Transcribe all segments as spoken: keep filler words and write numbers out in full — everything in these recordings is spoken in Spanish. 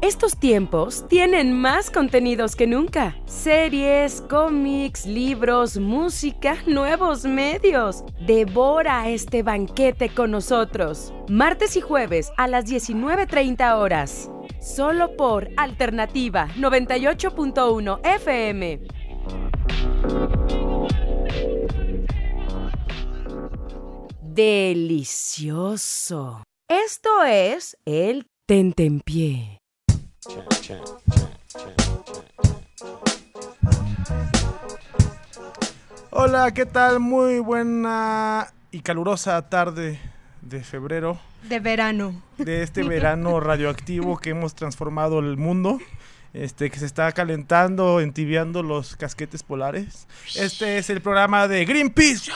Estos tiempos tienen más contenidos que nunca. Series, cómics, libros, música, nuevos medios. Devora este banquete con nosotros. Martes y jueves a las diecinueve treinta horas. Solo por Alternativa noventa y ocho punto uno F M. Delicioso. Esto es el Tentempié. Hola, ¿qué tal? Muy buena y calurosa tarde de febrero. De verano. De este verano radioactivo que hemos transformado el mundo. Este, que se está calentando, entibiando los casquetes polares. Este es el programa de Greenpeace.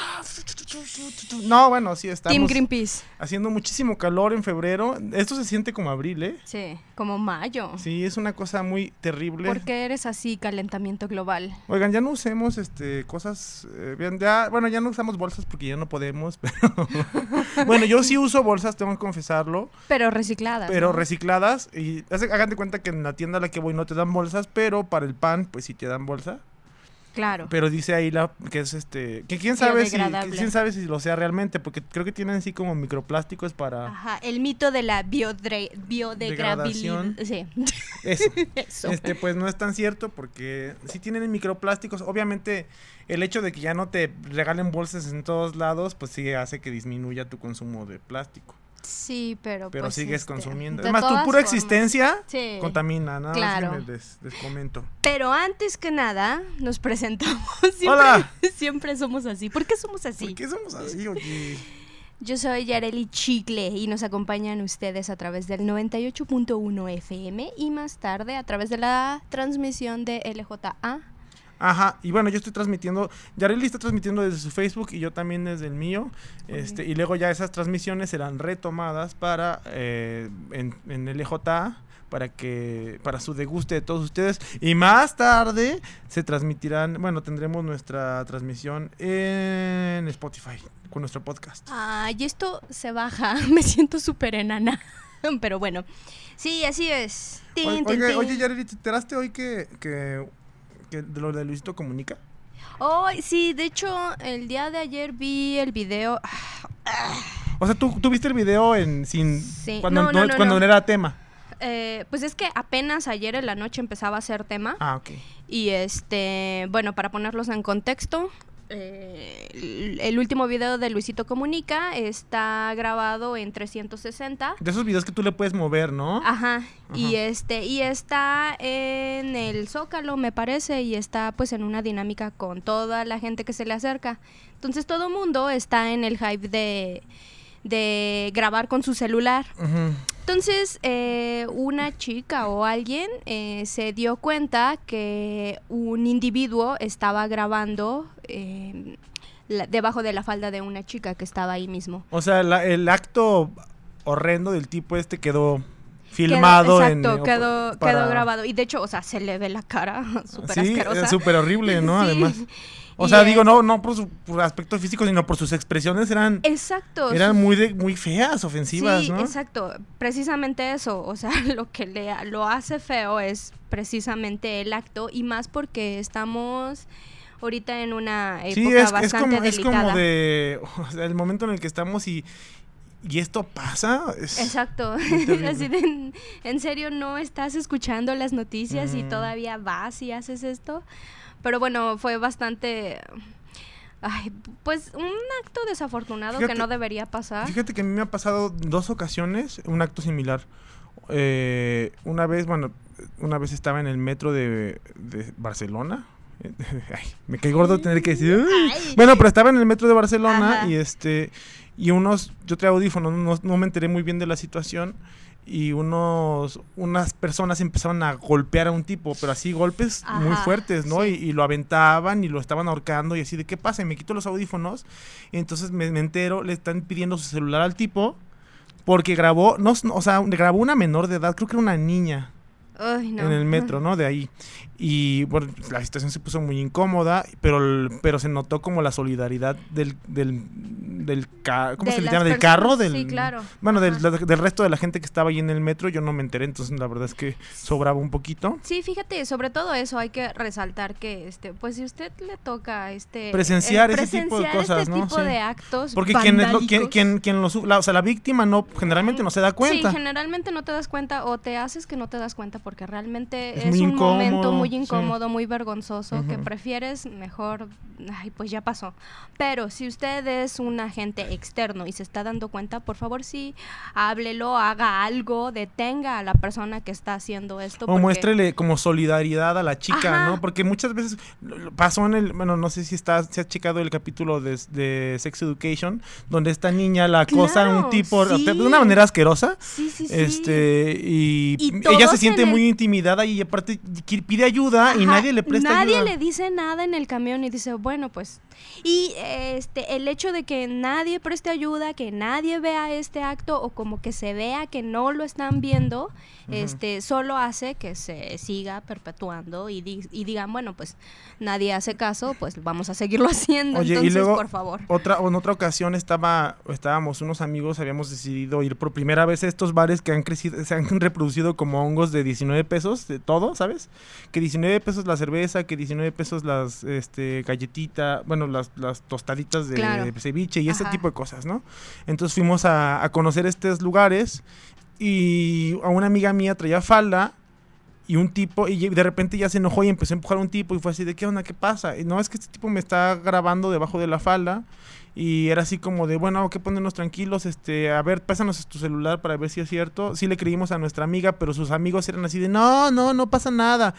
No, bueno, sí estamos Team Greenpeace. Haciendo muchísimo calor en febrero. Esto se siente como abril, ¿eh? Sí, como mayo. Sí, es una cosa muy terrible. ¿Por qué eres así, calentamiento global? Oigan, ya no usemos este cosas, eh, bien, ya, bueno, ya no usamos bolsas porque ya no podemos, pero bueno, yo sí uso bolsas, tengo que confesarlo. Pero recicladas. Pero ¿no? recicladas, y hagan de cuenta que en la tienda a la que voy no te dan bolsas, pero para el pan, pues sí te dan bolsa. Claro. Pero dice ahí la que es este, que quién sabe si, que quién sabe si lo sea realmente, porque creo que tienen así como microplásticos para. Ajá, el mito de la biodre- biodegradabilidad. Sí. Eso. Eso. Este, pues no es tan cierto porque sí tienen microplásticos. Obviamente, el hecho de que ya no te regalen bolsas en todos lados, pues sí hace que disminuya tu consumo de plástico. Sí, pero Pero pues, sigues este, consumiendo. de Además, tu todas pura formas, existencia sí, contamina, nada claro. más que les, les comento. Pero antes que nada, nos presentamos. Siempre, ¡Hola! Siempre somos así. ¿Por qué somos así? ¿Por qué somos así, oye? Yo soy Yareli Chicle y nos acompañan ustedes a través del noventa y ocho punto uno F M y más tarde a través de la transmisión de L J A. Ajá, y bueno, yo estoy transmitiendo, Yareli está transmitiendo desde su Facebook y yo también desde el mío, este, y luego ya esas transmisiones serán retomadas para eh, en, en L J A, para que, para su deguste de todos ustedes, y más tarde se transmitirán, bueno, tendremos nuestra transmisión en Spotify, con nuestro podcast. Ah, y esto se baja, me siento súper enana, pero bueno, sí, así es. Tin, Oye, tin, oye, tin. oye, Yareli, ¿te enteraste hoy que, que, que de lo de Luisito Comunica? Oh, sí, de hecho, el día de ayer vi el video. O sea, ¿tú, tú viste el video en sin Sí. cuando No, no, no, cuando no. no era tema? Eh, pues es que apenas ayer en la noche empezaba a ser tema. Ah, ok. Y este, bueno, para ponerlos en contexto, eh, el, el último video de Luisito Comunica está grabado en trescientos sesenta. De esos videos que tú le puedes mover, ¿no? Ajá, Ajá. y este, y está en el Zócalo, me parece, y está pues en una dinámica con toda la gente que se le acerca. Entonces todo mundo está en el hype de, de grabar con su celular. Uh-huh. Entonces, eh, una chica o alguien eh, se dio cuenta que un individuo estaba grabando eh, la, debajo de la falda de una chica que estaba ahí mismo. O sea, la, el acto horrendo del tipo este quedó filmado. Quedó, en, exacto, eh, quedó, para... quedó grabado. Y de hecho, o sea, se le ve la cara súper sí, asquerosa. es súper horrible, ¿no? Sí. Además. O Y sea, es- digo, no no por su por aspecto físico, sino por sus expresiones eran Exacto. eran sus- muy de, muy feas, ofensivas, sí, ¿no? exacto. Precisamente eso. O sea, lo que le lo hace feo es precisamente el acto. Y más porque estamos ahorita en una época Sí, es, es bastante como es delicada. como de, o sea, el momento en el que estamos y y esto pasa. Es Exacto. muy terrible. Así de, en, en serio, no estás escuchando las noticias y Mm. todavía vas y haces esto. Pero bueno, fue bastante... Ay, pues un acto desafortunado Fíjate- que no debería pasar. Fíjate que a mí me ha pasado dos ocasiones un acto similar. Eh, una vez, bueno, una vez estaba en el metro de, de Barcelona. Ay, me cae gordo tener que decir. "Ay". Ay. Bueno, pero estaba en el metro de Barcelona Ajá. y este y unos, yo traía audífonos, no, no me enteré muy bien de la situación y unos unas personas empezaron a golpear a un tipo, pero así golpes muy Ajá, fuertes, ¿no? sí. Y, y lo aventaban y lo estaban ahorcando y así de, ¿qué pasa? Y me quito los audífonos y entonces me, me entero, le están pidiendo su celular al tipo porque grabó, no, o sea, grabó una menor de edad, creo que era una niña. Ay, no. En el metro, ¿no? De ahí. y bueno, la situación se puso muy incómoda, pero pero se notó como la solidaridad del del del ca- ¿cómo De se le las llama? Del personas, carro, del sí, claro. bueno, del, Ajá. del resto de la gente que estaba ahí en el metro. Yo no me enteré, entonces la verdad es que sobraba un poquito. Sí, fíjate, sobre todo eso hay que resaltar que, este, pues si usted le toca este Presenciar eh, ese tipo de presenciar cosas, este ¿no? tipo Sí. de actos Porque quien, es lo, vandálicos. quien, quien, quien lo su- la, o sea, la víctima no generalmente no se da cuenta. Sí, generalmente no te das cuenta o te haces que no te das cuenta porque realmente Es es, muy un incómodo, momento muy sí. incómodo, muy vergonzoso, que Ujú. prefieres mejor, ay, pues ya pasó. Pero si usted es un agente externo y se está dando cuenta, por favor sí, háblelo, haga algo, detenga a la persona que está haciendo esto. O porque- muéstrele como solidaridad a la chica, Ajá. ¿no? Porque muchas veces pasó en el, bueno, no sé si está, si has checado el capítulo de, de Sex Education, donde esta niña la acosa a un Claro, tipo sí. de una manera asquerosa. Sí, sí, sí. Este, y, Y ella todos se siente en el- muy intimidada y aparte qui- pide ayuda y Ajá, nadie le presta nadie ayuda. le dice nada en el camión y dice, bueno, pues... Y este el hecho de que nadie preste ayuda, que nadie vea este acto o como que se vea que no lo están viendo, Ujú. este solo hace que se siga perpetuando y, di- y digan, bueno, pues nadie hace caso, pues vamos a seguirlo haciendo. Oye, y Entonces, luego, por favor. Otra, en otra ocasión estaba, estábamos unos amigos, habíamos decidido ir por primera vez a estos bares que han crecido, se han reproducido como hongos de diecinueve pesos, de todo, ¿sabes? Que diecinueve pesos la cerveza, que diecinueve pesos las este galletita, bueno, las, las tostaditas de Claro. ceviche y ese Ajá. tipo de cosas, ¿no? Entonces fuimos a, a conocer estos lugares y a una amiga mía traía falda. Y un tipo, y de repente ya se enojó y empezó a empujar a un tipo y fue así de, ¿qué onda? ¿Qué pasa? Y no, es que este tipo me está grabando debajo de la falda y era así como de, bueno, hay que ponernos tranquilos, este, a ver, pásanos tu celular para ver si es cierto. Sí le creímos a nuestra amiga, pero sus amigos eran así de, no, no, no pasa nada.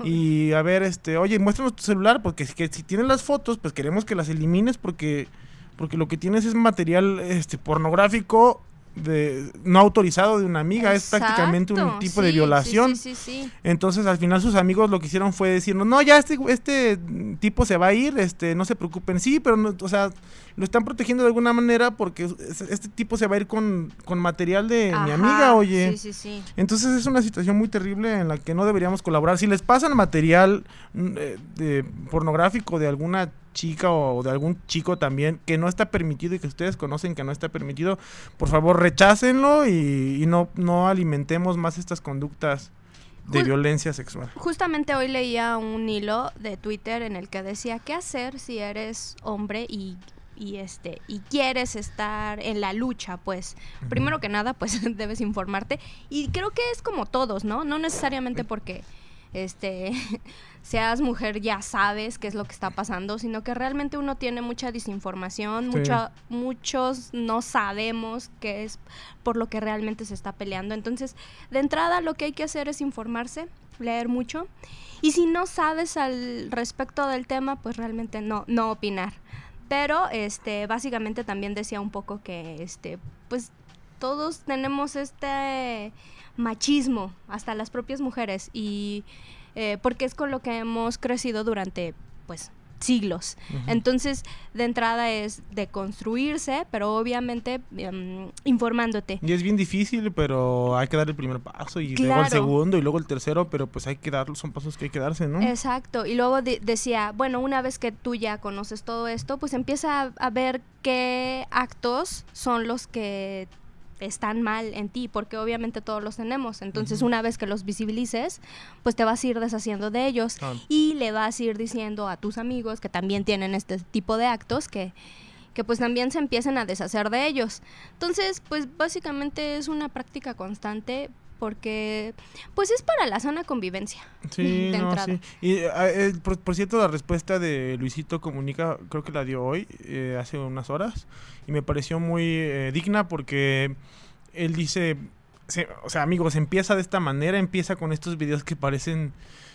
Y a ver, este, oye, muéstranos tu celular porque si, que, si tienes las fotos, pues queremos que las elimines porque, porque lo que tienes es material este, pornográfico de no autorizado de una amiga. Es prácticamente un Exacto, tipo de sí, violación. Sí, sí, sí, Entonces al final sus amigos lo que hicieron fue decirnos, no, ya este, este tipo se va a ir, este, no se preocupen, sí, pero no, o sea, lo están protegiendo de alguna manera porque este tipo se va a ir con, con material de Ajá, mi amiga, oye. Sí, sí, sí. Entonces es una situación muy terrible en la que no deberíamos colaborar. Si les pasan material eh, de pornográfico de alguna chica o de algún chico también que no está permitido y que ustedes conocen que no está permitido, por favor rechácenlo y, y no, no alimentemos más estas conductas de Ju- violencia sexual. Justamente hoy leía un hilo de Twitter en el que decía qué hacer si eres hombre y, y este y quieres estar en la lucha, pues Ujú. primero que nada pues debes informarte y creo que es como todos, ¿no? No necesariamente porque este seas mujer ya sabes qué es lo que está pasando, sino que realmente uno tiene mucha desinformación, Sí. mucha, muchos no sabemos qué es por lo que realmente se está peleando. Entonces, de entrada lo que hay que hacer es informarse, leer mucho, y si no sabes al respecto del tema, pues realmente no, no opinar. Pero este, básicamente también decía un poco que este, pues todos tenemos este machismo, hasta las propias mujeres, y eh, porque es con lo que hemos crecido durante pues siglos. Ujú. Entonces, de entrada es de construirse, pero obviamente um, informándote. Y es bien difícil, pero hay que dar el primer paso y luego el Claro. segundo y luego el tercero, pero pues hay que dar, son pasos que hay que darse, ¿no? Exacto, y luego de- decía, bueno, una vez que tú ya conoces todo esto, pues empieza a, a ver qué actos son los que están mal en ti, porque obviamente todos los tenemos. Entonces, Ujú. una vez que los visibilices, pues te vas a ir deshaciendo de ellos Claro. y le vas a ir diciendo a tus amigos que también tienen este tipo de actos que que pues también se empiecen a deshacer de ellos. Entonces, pues básicamente es una práctica constante porque pues es para la sana convivencia. Sí, de no, entrada. sí. Y eh, por, por cierto, la respuesta de Luisito Comunica creo que la dio hoy, eh, hace unas horas, y me pareció muy eh, digna porque él dice, se- o sea, amigos, empieza de esta manera, empieza con estos videos que parecen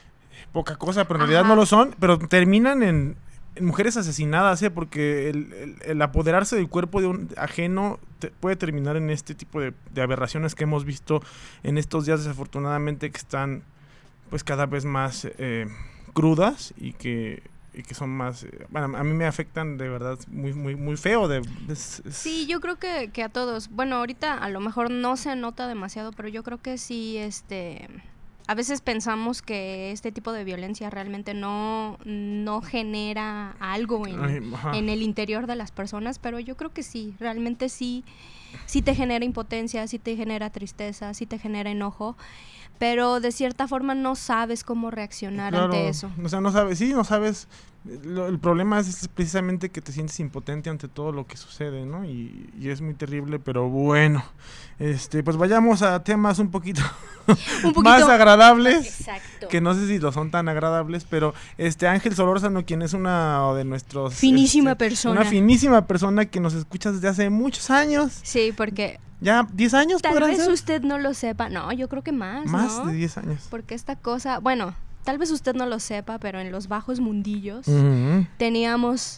poca cosa, pero en realidad Ajá. no lo son, pero terminan en, en mujeres asesinadas, ¿eh? Porque el, el- el apoderarse del cuerpo de un ajeno te- puede terminar en este tipo de, de aberraciones que hemos visto en estos días, desafortunadamente, que están pues cada vez más eh, crudas y que, y que son más, eh, bueno, a mí me afectan de verdad muy muy muy feo. De, es- es- Sí, yo creo que, que a todos. Bueno, ahorita a lo mejor no se nota demasiado, pero yo creo que sí, este, a veces pensamos que este tipo de violencia realmente no, no genera algo en, Ay, en el interior de las personas, pero yo creo que sí, realmente sí, sí te genera impotencia, sí te genera tristeza, sí te genera enojo, pero de cierta forma no sabes cómo reaccionar Claro, ante eso. O sea, no sabes, sí, no sabes. Lo, el problema es precisamente que te sientes impotente ante todo lo que sucede, ¿no? Y, y es muy terrible, pero bueno. Este, pues vayamos a temas un poquito, Un poquito más agradables. Exacto. Que no sé si lo son tan agradables, pero este Ángel Solórzano, quien es una de nuestros... Finísima este, persona. Una finísima persona que nos escucha desde hace muchos años. Sí, porque Ya diez años tal podrán vez ser. usted no lo sepa. No, yo creo que más, Más ¿no? de diez años. Porque esta cosa, bueno, tal vez usted no lo sepa, pero en los bajos mundillos Ujú. teníamos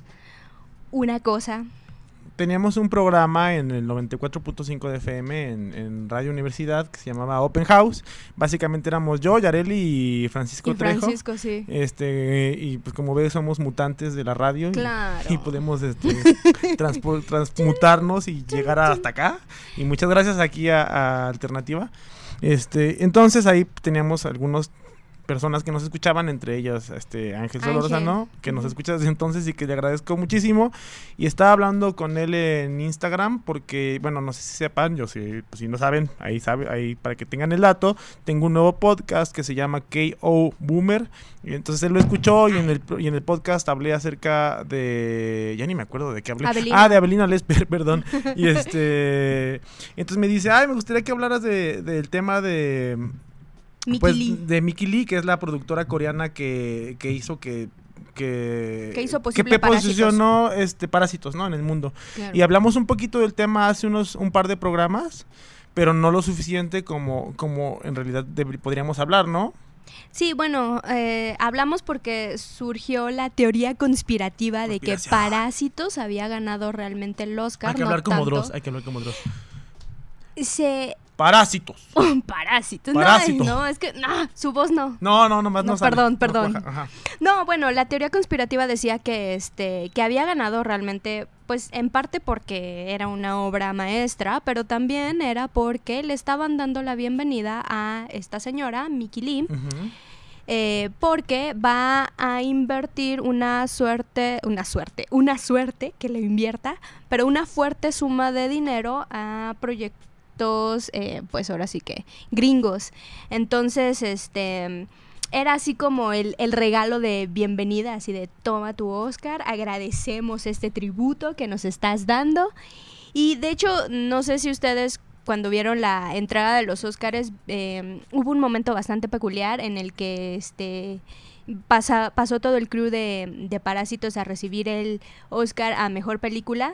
una cosa. Teníamos un programa en el noventa y cuatro punto cinco de F M en, en Radio Universidad que se llamaba Open House. Básicamente éramos yo, Yareli y Francisco Y Trejo. Francisco, sí. Este, y pues como ves somos mutantes de la radio. y- Claro. Y, podemos este, transpo- transmutarnos y llegar hasta acá. Y muchas gracias aquí a, a Alternativa. Este, entonces ahí teníamos algunos personas que nos escuchaban, entre ellas este Ángel Ángel. Solórzano, que nos Ujú. escucha desde entonces y que le agradezco muchísimo. Y estaba hablando con él en Instagram porque, bueno, no sé si sepan, yo sí, pues si no saben, ahí sabe, ahí para que tengan el dato, tengo un nuevo podcast que se llama K O Boomer. Y entonces él lo escuchó y en el y en el podcast hablé acerca de, ya ni me acuerdo de qué hablé. Abelino. Ah, de Abelino Lesper, perdón. Y este, entonces me dice, "Ay, me gustaría que hablaras de del tema de Mickey pues, Lee. de Mickey Lee, que es la productora coreana que, que hizo que que, Que hizo que posible pe- posicionó este Parásitos, ¿no? En el mundo. Claro. Y hablamos un poquito del tema hace unos un par de programas, pero no lo suficiente como como en realidad deb- podríamos hablar, ¿no? Sí, bueno, eh, hablamos porque surgió la teoría conspirativa de que Conspiración. Parásitos había ganado realmente el Oscar. Hay que no hablar como tanto. Dross, hay que hablar como Dross. Se... Parásitos. Parásitos. Parásito. No, no, es que... No, su voz no. No, no, nomás no, No, sale. perdón, No perdón. cuaja, ajá. No, bueno, la teoría conspirativa decía que este que había ganado realmente, pues en parte porque era una obra maestra, pero también era porque le estaban dando la bienvenida a esta señora, Mickey Lee, Ujú. eh, porque va a invertir una suerte, una suerte, una suerte que le invierta, pero una fuerte suma de dinero a proyectos, eh, pues ahora sí que gringos. Entonces, este... era así como el, el regalo de bienvenida, así de toma tu Oscar, agradecemos este tributo que nos estás dando. Y de hecho, no sé si ustedes cuando vieron la entrega de los Oscars, eh, hubo un momento bastante peculiar en el que este pasa, pasó todo el crew de, de Parásitos a recibir el Oscar a Mejor Película.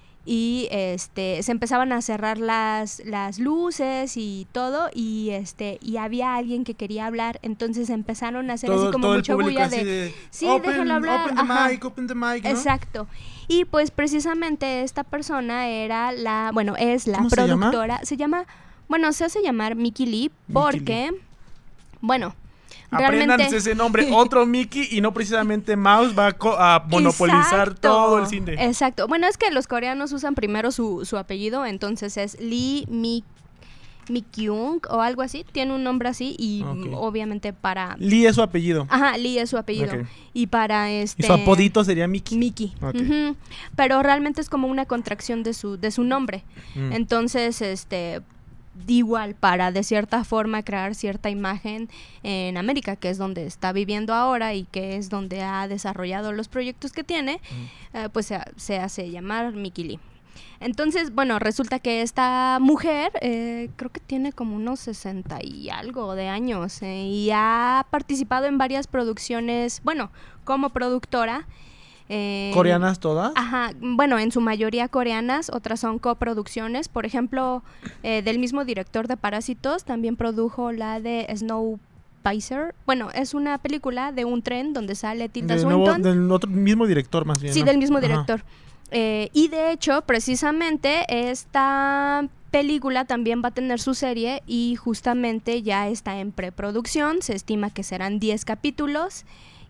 Y este se empezaban a cerrar las, las luces y todo, y este y había alguien que quería hablar, entonces empezaron a hacer Todo, así como todo el mucha público bulla así de, de, sí, open, déjalo hablar, open the ajá. mic, open the mic, ¿no? Exacto. Y pues precisamente esta persona era la, bueno, es la ¿Cómo se llama? productora, se llama, bueno, se hace llamar Mickey Lee porque, bueno, Apréndanse realmente ese nombre, otro Mickey, y no precisamente Mouse va a, co- a monopolizar Exacto, todo el cine. Exacto. Bueno, es que los coreanos usan primero su, su apellido, entonces es Lee Mi Mi-kyung o algo así, tiene un nombre así y Ok. mm, obviamente para... Lee es su apellido. Ajá, Lee es su apellido. Ok. Y para este... Y su apodito sería Mickey. Mickey. Ok. Ujú. Pero realmente es como una contracción de su, de su nombre. Mm. Entonces, este... igual para de cierta forma crear cierta imagen en América, que es donde está viviendo ahora y que es donde ha desarrollado los proyectos que tiene, Mm. eh, pues se, se hace llamar Mickey Lee. Entonces, bueno, resulta que esta mujer eh, creo que tiene como unos sesenta y algo de años eh, y ha participado en varias producciones, bueno, como productora. eh, ¿Coreanas todas? Ajá, bueno, en su mayoría coreanas, otras son coproducciones. Por ejemplo, eh, del mismo director de Parásitos, también produjo la de Snowpiercer. Bueno, es una película de un tren donde sale Tilda De nuevo- Swinton. del otro mismo director más bien. Sí, ¿no? del mismo Ajá. director. Eh, y de hecho, precisamente, esta película también va a tener su serie y justamente ya está en preproducción. Se estima que serán diez capítulos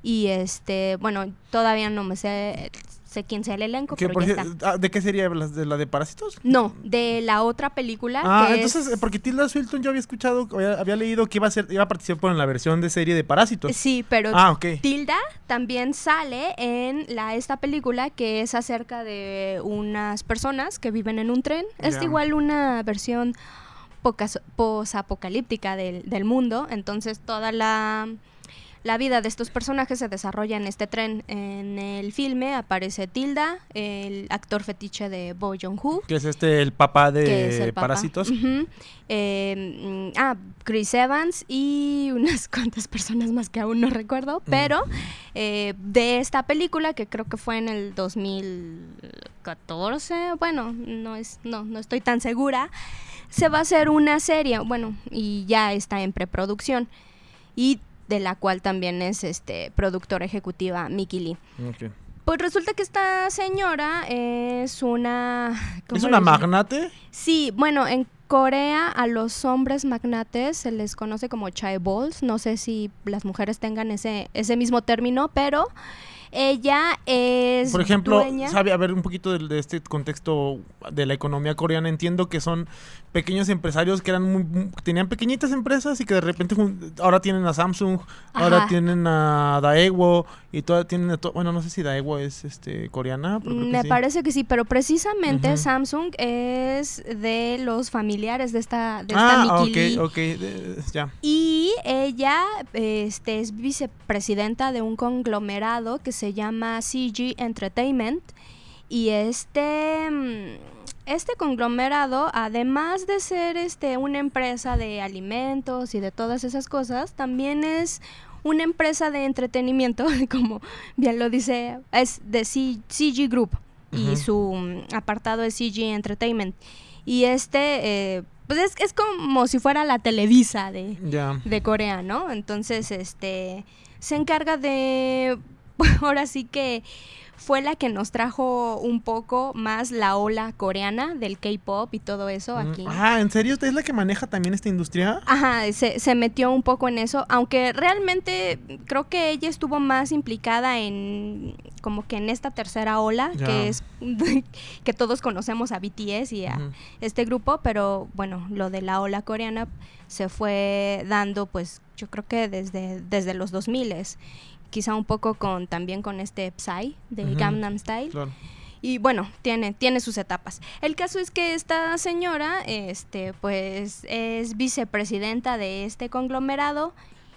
Y este, bueno, todavía no me sé, sé quién sea el elenco, ¿Qué, pero por ya si- está. ah, ¿De qué sería? ¿La de, la de Parásitos? No, de la otra película. Ah, que entonces, es- eh, porque Tilda Swinton yo había escuchado, había, había leído que iba a ser, iba a participar en la versión de serie de Parásitos. Sí, pero Ah, ok. Tilda también sale en la esta película que es acerca de unas personas que viven en un tren. Es Ya. igual una versión pocas- posapocalíptica del, del mundo. Entonces toda la, la vida de estos personajes se desarrolla en este tren. En el filme aparece Tilda, el actor fetiche de Bo Joon-ho. Que es este, el papá de Que es el papá. Parásitos. Ujú. Eh, mm, ah, Chris Evans y unas cuantas personas más que aún no recuerdo, pero eh, de esta película que creo que fue en el dos mil catorce, bueno, no es, no, no estoy tan segura, se va a hacer una serie, bueno, y ya está en preproducción y de la cual también es este productora ejecutiva Mickey Lee. Ok. Pues resulta que esta señora es una... ¿cómo ¿Es le una dicen? magnate? Sí, bueno, en Corea a los hombres magnates se les conoce como chaebols. No sé si las mujeres tengan ese, ese mismo término, pero ella es Por ejemplo, dueña... sabe, a ver, un poquito de, de este contexto de la economía coreana. Entiendo que son pequeños empresarios que eran muy, muy- tenían pequeñitas empresas y que de repente jun- ahora tienen a Samsung, ahora Ajá. tienen a Daewoo y toda, tienen a to- bueno, no sé si Daewoo es este coreana, pero creo que Me sí. parece que sí, pero precisamente Ujú. Samsung es de los familiares de esta, de esta Ah, Mickey Lee. ok, ok, de- ya. Y ella este, es vicepresidenta de un conglomerado que se llama C G Entertainment. Y este, mm, este conglomerado, además de ser este, una empresa de alimentos y de todas esas cosas, también es una empresa de entretenimiento, como bien lo dice, es de C- CG Group. Y Ujú. su mm, apartado es C G Entertainment. Y este, eh, pues es, es como si fuera la Televisa de, Ya. de Corea, ¿no? Entonces, este, se encarga de, ahora sí que fue la que nos trajo un poco más la ola coreana del K-pop y todo eso Mm, aquí. Ah, ¿en serio? ¿Usted es la que maneja también esta industria? Ajá, se, se metió un poco en eso, aunque realmente creo que ella estuvo más implicada en como que en esta tercera ola, Ya. que es que todos conocemos a B T S y a Ujú. este grupo, pero bueno, lo de la ola coreana se fue dando pues yo creo que desde, desde los dos mil, quizá un poco con también con este Psy de Ujú. Gangnam Style. Claro. Y bueno, tiene, tiene sus etapas. El caso es que esta señora, este, pues, es vicepresidenta de este conglomerado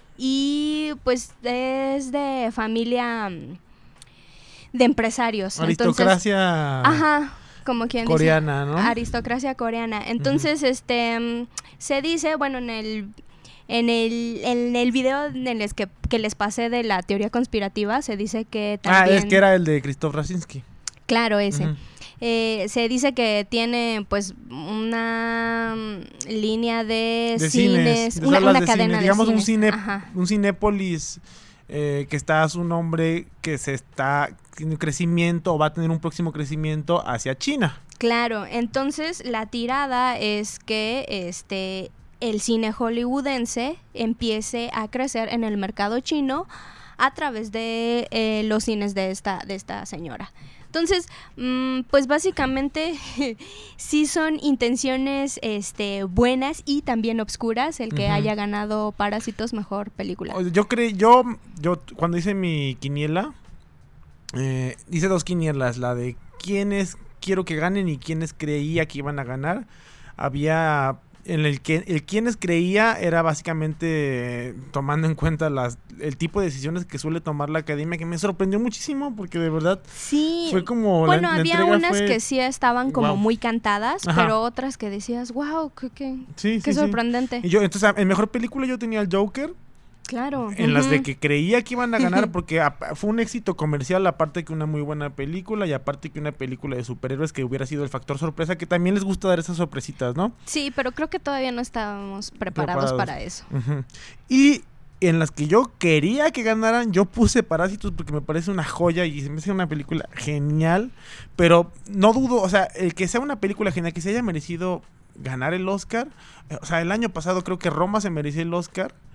y pues es de familia mm, de empresarios. Aristocracia Entonces, ajá, como quien dice, coreana, ¿no? aristocracia coreana. Entonces, este, mm, se dice, bueno, en el en el en el video en el que, que les pasé de la teoría conspirativa, se dice que Ah, también... es que era el de Krzysztof Rasinski. Claro, ese. Ujú. Eh, se dice que tiene pues una mm, línea de, De cines, cines, de una, salas una de cadena cine. de Digamos un cines. cine, Ajá. un Cinépolis eh, que está a su nombre, que se está tiene crecimiento o va a tener un próximo crecimiento hacia China. Claro, entonces la tirada es que este el cine hollywoodense empiece a crecer en el mercado chino a través de eh, los cines de esta de esta señora. Entonces, mm, pues básicamente sí son intenciones este, buenas y también obscuras el que Ujú. haya ganado Parásitos mejor película. O- Yo creí, yo, yo cuando hice mi quiniela, eh, hice dos quinielas, la de quiénes quiero que ganen y quiénes creía que iban a ganar. Había en el que el quienes creía era básicamente eh, tomando en cuenta las el tipo de decisiones que suele tomar la academia, que me sorprendió muchísimo porque de verdad Sí. fue como la- Bueno, la había entrega unas fue- que sí estaban como Guau. muy cantadas, Ajá. pero otras que decías, wow, qué, qué, Sí, qué sí, sí. sorprendente. Y yo, entonces, en mejor película yo tenía el Joker, Claro. en las de ujú. que creía que iban a ganar, porque ap- fue un éxito comercial, aparte que una muy buena película, y aparte que una película de superhéroes que hubiera sido el factor sorpresa, que también les gusta dar esas sorpresitas, ¿no? Sí, pero creo que todavía no estábamos preparados, Preparados. para eso. Ujú. Y en las que yo quería que ganaran, yo puse Parásitos porque me parece una joya y se me hace una película genial, pero no dudo, o sea, el que sea una película genial, que se haya merecido ganar el Oscar, eh, o sea, el año pasado creo que Roma se mereció el Oscar,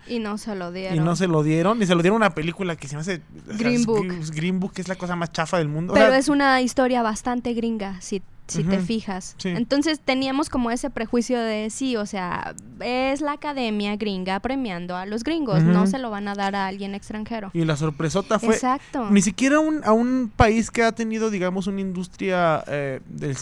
Y no se lo dieron. Y no se lo dieron, y se lo dieron a una película que se me hace... Green o sea, Book. Green Book, que es la cosa más chafa del mundo. Pero o sea, es una historia bastante gringa, si si uh-huh. te fijas. Sí. Entonces teníamos como ese prejuicio de sí, o sea, es la academia gringa premiando a los gringos, uh-huh. no se lo van a dar a alguien extranjero. Y la sorpresota fue... Exacto. Ni siquiera un, a un país que ha tenido, digamos, una industria eh, del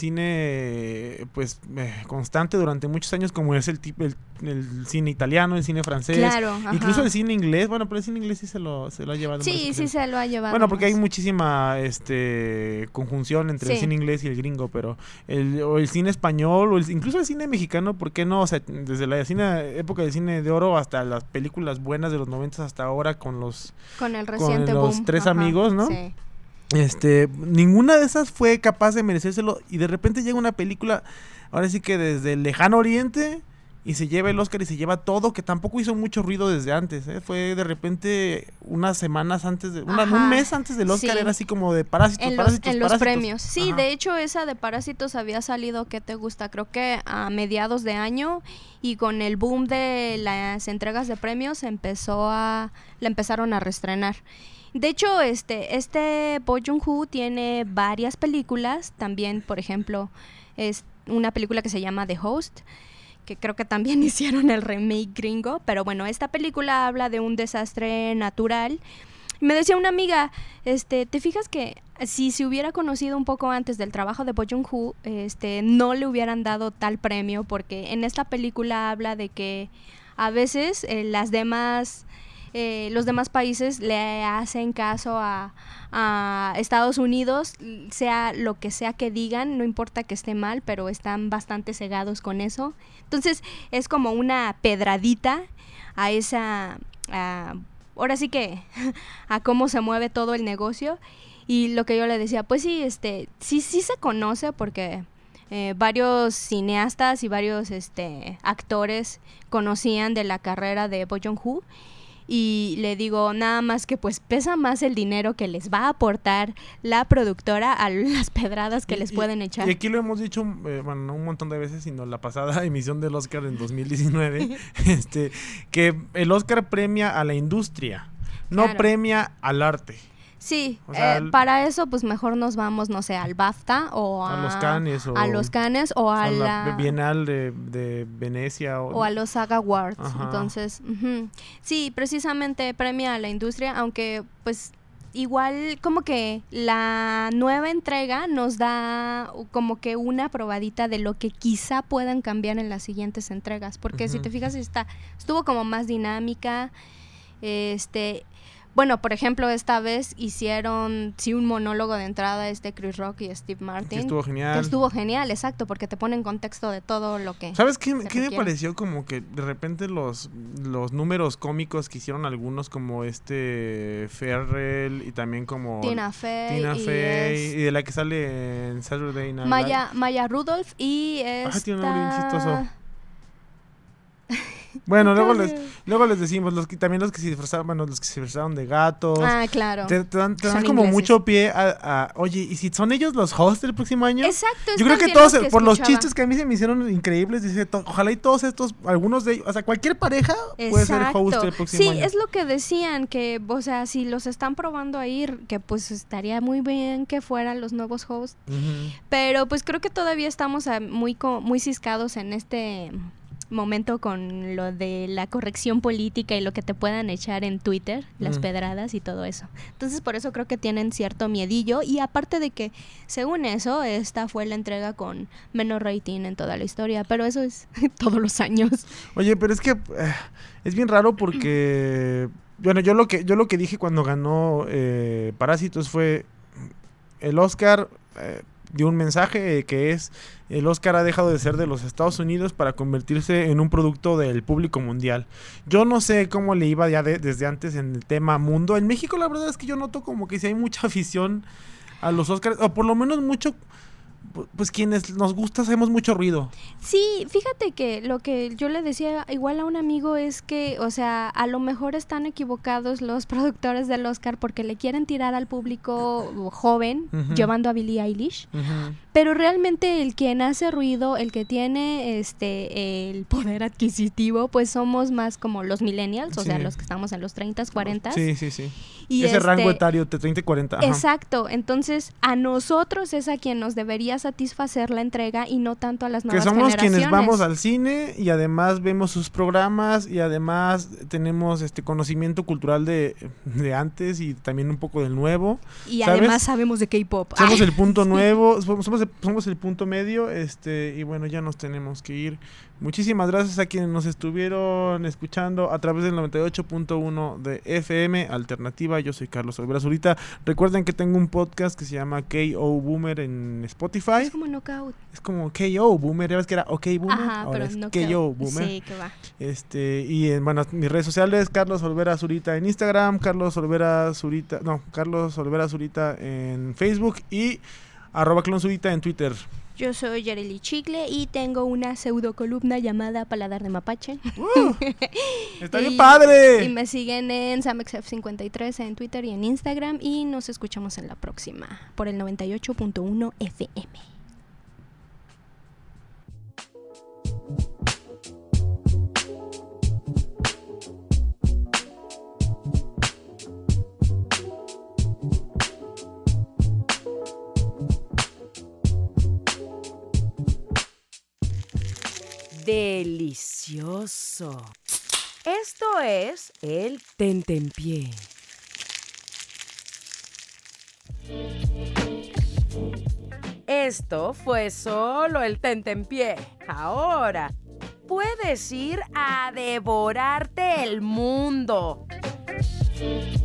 cine, pues, eh, constante durante muchos años, como es el tipo... El, el cine italiano, el cine francés, claro, incluso el cine inglés. Bueno, pero el cine inglés sí se lo, se lo ha llevado. Sí, sí se lo ha llevado. Bueno, porque hay muchísima este conjunción entre sí. el cine inglés y el gringo, pero el, o el cine español, o el, incluso el cine mexicano, ¿por qué no? O sea, desde la cine, época del cine de oro hasta las películas buenas de los noventas hasta ahora con los... Con el reciente con los boom. Tres Ajá, Amigos, ¿no? Sí. Este, ninguna de esas fue capaz de merecérselo, y de repente llega una película, ahora sí que desde el lejano oriente, y se lleva el Oscar y se lleva todo, que tampoco hizo mucho ruido desde antes, ¿eh? Fue de repente unas semanas antes, de una, un mes antes del Oscar, sí. Era así como de Parásitos, en los, Parásitos, en Parásitos. los premios. Sí, Ajá. De hecho esa de Parásitos había salido, ¿qué te gusta? Creo que a mediados de año, y con el boom de las entregas de premios empezó a, la empezaron a reestrenar. De hecho, este, este Bong Joon-ho tiene varias películas, también, por ejemplo, es una película que se llama The Host, que creo que también hicieron el remake gringo, pero bueno, esta película habla de un desastre natural. Me decía una amiga, este, ¿te fijas que si se hubiera conocido un poco antes del trabajo de Bong Joon-ho, este, no le hubieran dado tal premio? Porque en esta película habla de que a veces eh, las demás... Eh, los demás países le hacen caso a, a Estados Unidos, sea lo que sea que digan, no importa que esté mal, pero están bastante cegados con eso. Entonces es como una pedradita a esa, a, ahora sí que a cómo se mueve todo el negocio. Y lo que yo le decía, pues sí, este, sí, sí se conoce porque eh, varios cineastas y varios este, actores conocían de la carrera de Bong Joon-ho. Y le digo, nada más que pues pesa más el dinero que les va a aportar la productora a las pedradas que y, les y, pueden echar. Y aquí lo hemos dicho, eh, bueno, no un montón de veces, sino la pasada emisión del Oscar en dos mil diecinueve, este, que el Oscar premia a la industria, no claro. premia al arte. Sí, o sea, eh, para eso pues mejor nos vamos, no sé, al BAFTA o a, a los Cannes o a los Cannes o a, a la, la Bienal de, de Venecia o, o a los SAG Awards. Ajá. Entonces, uh-huh. sí, precisamente premia a la industria, aunque pues igual como que la nueva entrega nos da como que una probadita de lo que quizá puedan cambiar en las siguientes entregas, porque uh-huh. si te fijas está estuvo como más dinámica, este bueno, por ejemplo, esta vez hicieron sí un monólogo de entrada este Chris Rock y Steve Martin. Que estuvo genial. Que estuvo genial, exacto, porque te pone en contexto de todo lo que ¿Sabes qué, qué me pareció? Como que de repente los, los números cómicos que hicieron algunos, como este Ferrell y también como Tina Fey, Tina y, Fey es... y de la que sale en Saturday Night Maya, Maya Rudolph y esta... Ah, tiene un nombre bien chistoso. Bueno, luego les, luego les decimos, los que, también los que se disfrazaron, bueno, los que se disfrazaron de gatos. Ah, claro. Te, te dan, te dan como ingleses. Mucho pie a, a, oye, ¿y si son ellos los hosts del próximo año? Exacto. Yo creo que todos, que por escuchaba. Los chistes que a mí se me hicieron increíbles, dice, to, ojalá y todos estos, algunos de ellos, o sea, cualquier pareja Exacto. puede ser host del próximo sí, año. Sí, es lo que decían, que, o sea, si los están probando ahí, que pues estaría muy bien que fueran los nuevos hosts. Uh-huh. Pero pues creo que todavía estamos a, muy, muy ciscados en este... momento con lo de la corrección política y lo que te puedan echar en Twitter, las mm. pedradas y todo eso. Entonces por eso creo que tienen cierto miedillo, y aparte de que según eso esta fue la entrega con menos rating en toda la historia, pero eso es todos los años. Oye, pero es que eh, es bien raro porque bueno, yo lo que yo lo que dije cuando ganó eh, Parásitos fue el Oscar eh, dio un mensaje que es el Oscar ha dejado de ser de los Estados Unidos para convertirse en un producto del público mundial. Yo no sé cómo le iba ya de, desde antes en el tema mundo. En México la verdad es que yo noto como que si hay mucha afición a los Oscars, o por lo menos mucho, pues quienes nos gusta hacemos mucho ruido. Sí, fíjate que lo que yo le decía igual a un amigo es que, o sea, a lo mejor están equivocados los productores del Oscar porque le quieren tirar al público joven, uh-huh. llevando a Billie Eilish, uh-huh. pero realmente el quien hace ruido, el que tiene este el poder adquisitivo, pues somos más como los millennials, o Sí. sea, los que estamos en los treinta, cuarenta. Sí, sí, sí. Y Ese este, rango etario de treinta y cuarenta. Ajá. Exacto, entonces a nosotros es a quien nos debería satisfacer la entrega y no tanto a las Que nuevas somos generaciones. quienes vamos al cine y además vemos sus programas y además tenemos este conocimiento cultural de, de antes y también un poco del nuevo. Y ¿sabes? además sabemos de K-pop. Somos Ay. el punto nuevo, somos, somos el, somos el punto medio, este, y bueno, ya nos tenemos que ir. Muchísimas gracias a quienes nos estuvieron escuchando a través del noventa y ocho punto uno de F M Alternativa. Yo soy Carlos Olvera Zurita. Recuerden que tengo un podcast que se llama K O Boomer en Spotify. Es como knockout. Es como K O Boomer, ya ves que era OK Boomer, Ajá, ahora pero es knockout. K O Boomer. Sí, que va. Este, y en bueno, mis redes sociales, Carlos Olvera Zurita en Instagram, Carlos Olvera Zurita, no, Carlos Olvera Zurita en Facebook y arroba Clon Zurita en Twitter. Yo soy Yareli Chicle y tengo una pseudo columna llamada Paladar de Mapache. ¡Uh! ¡Está bien Y- padre! Y me siguen en SamXF cincuenta y tres en Twitter y en Instagram y nos escuchamos en la próxima por el noventa y ocho punto uno F M. Delicioso. Esto es el tentempié. Esto fue solo el tentempié. Ahora puedes ir a devorarte el mundo.